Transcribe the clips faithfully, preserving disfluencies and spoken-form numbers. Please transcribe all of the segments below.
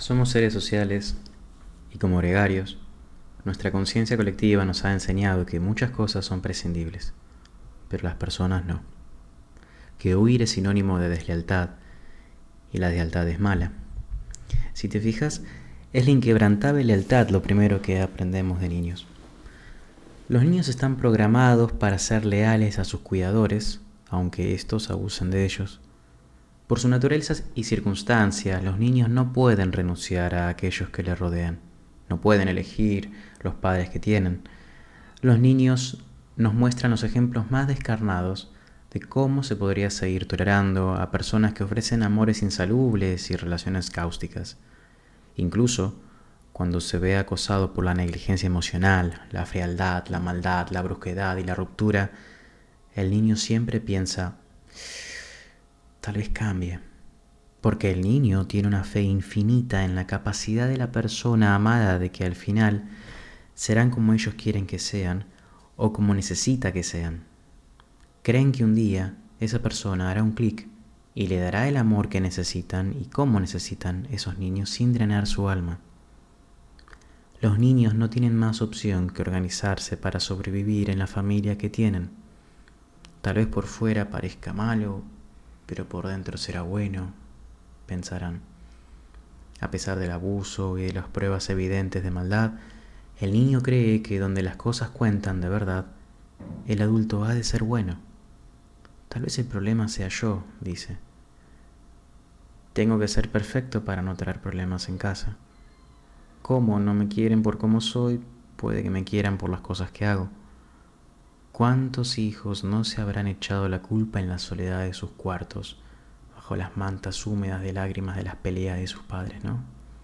Somos seres sociales y como gregarios, nuestra conciencia colectiva nos ha enseñado que muchas cosas son prescindibles, pero las personas no. Que huir es sinónimo de deslealtad y la deslealtad es mala. Si te fijas, es la inquebrantable lealtad lo primero que aprendemos de niños. Los niños están programados para ser leales a sus cuidadores, aunque estos abusen de ellos. Por su naturaleza y circunstancias, los niños no pueden renunciar a aquellos que les rodean. No pueden elegir los padres que tienen. Los niños nos muestran los ejemplos más descarnados de cómo se podría seguir tolerando a personas que ofrecen amores insalubres y relaciones cáusticas. Incluso cuando se ve acosado por la negligencia emocional, la frialdad, la maldad, la brusquedad y la ruptura, el niño siempre piensa: tal vez cambie, porque el niño tiene una fe infinita en la capacidad de la persona amada de que al final serán como ellos quieren que sean o como necesita que sean. Creen que un día esa persona hará un clic y le dará el amor que necesitan y como necesitan esos niños sin drenar su alma. Los niños no tienen más opción que organizarse para sobrevivir en la familia que tienen. Tal vez por fuera parezca malo, pero por dentro será bueno, pensarán. A pesar del abuso y de las pruebas evidentes de maldad, el niño cree que donde las cosas cuentan de verdad, el adulto ha de ser bueno. Tal vez el problema sea yo, dice. Tengo que ser perfecto para no traer problemas en casa. Como no me quieren por cómo soy, puede que me quieran por las cosas que hago. ¿Cuántos hijos no se habrán echado la culpa en la soledad de sus cuartos, bajo las mantas húmedas de lágrimas de las peleas de sus padres, no?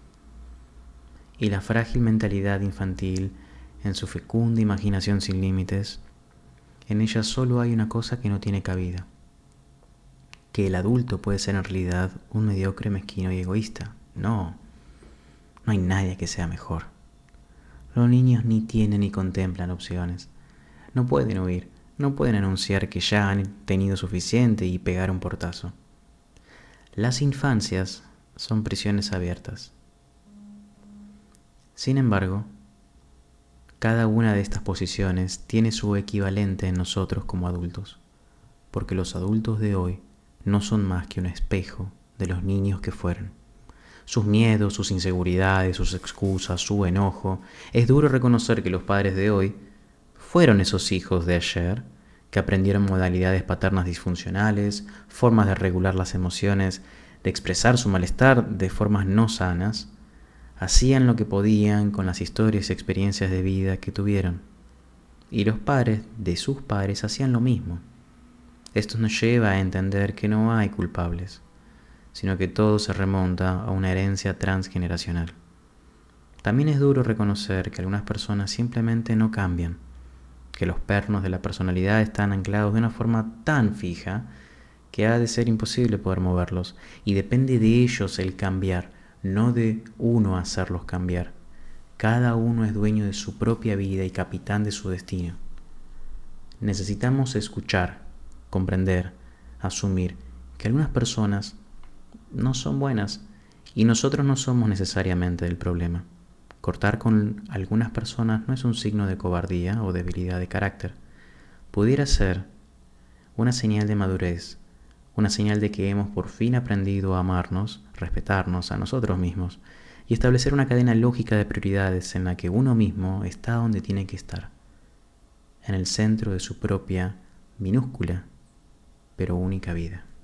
Y la frágil mentalidad infantil, en su fecunda imaginación sin límites, en ella solo hay una cosa que no tiene cabida: que el adulto puede ser en realidad un mediocre, mezquino y egoísta. No, no hay nadie que sea mejor. Los niños ni tienen ni contemplan opciones. No pueden huir, no pueden anunciar que ya han tenido suficiente y pegar un portazo. Las infancias son prisiones abiertas. Sin embargo, cada una de estas posiciones tiene su equivalente en nosotros como adultos, porque los adultos de hoy no son más que un espejo de los niños que fueron. Sus miedos, sus inseguridades, sus excusas, su enojo. Es duro reconocer que los padres de hoy fueron esos hijos de ayer que aprendieron modalidades paternas disfuncionales, formas de regular las emociones, de expresar su malestar de formas no sanas. Hacían lo que podían con las historias y experiencias de vida que tuvieron. Y los padres de sus padres hacían lo mismo. Esto nos lleva a entender que no hay culpables, sino que todo se remonta a una herencia transgeneracional. También es duro reconocer que algunas personas simplemente no cambian, que los pernos de la personalidad están anclados de una forma tan fija que ha de ser imposible poder moverlos, y depende de ellos el cambiar, no de uno hacerlos cambiar. Cada uno es dueño de su propia vida y capitán de su destino. Necesitamos escuchar, comprender, asumir que algunas personas no son buenas y nosotros no somos necesariamente el problema. Cortar con algunas personas no es un signo de cobardía o debilidad de carácter. Pudiera ser una señal de madurez, una señal de que hemos por fin aprendido a amarnos, respetarnos a nosotros mismos y establecer una cadena lógica de prioridades en la que uno mismo está donde tiene que estar, en el centro de su propia, minúscula, pero única vida.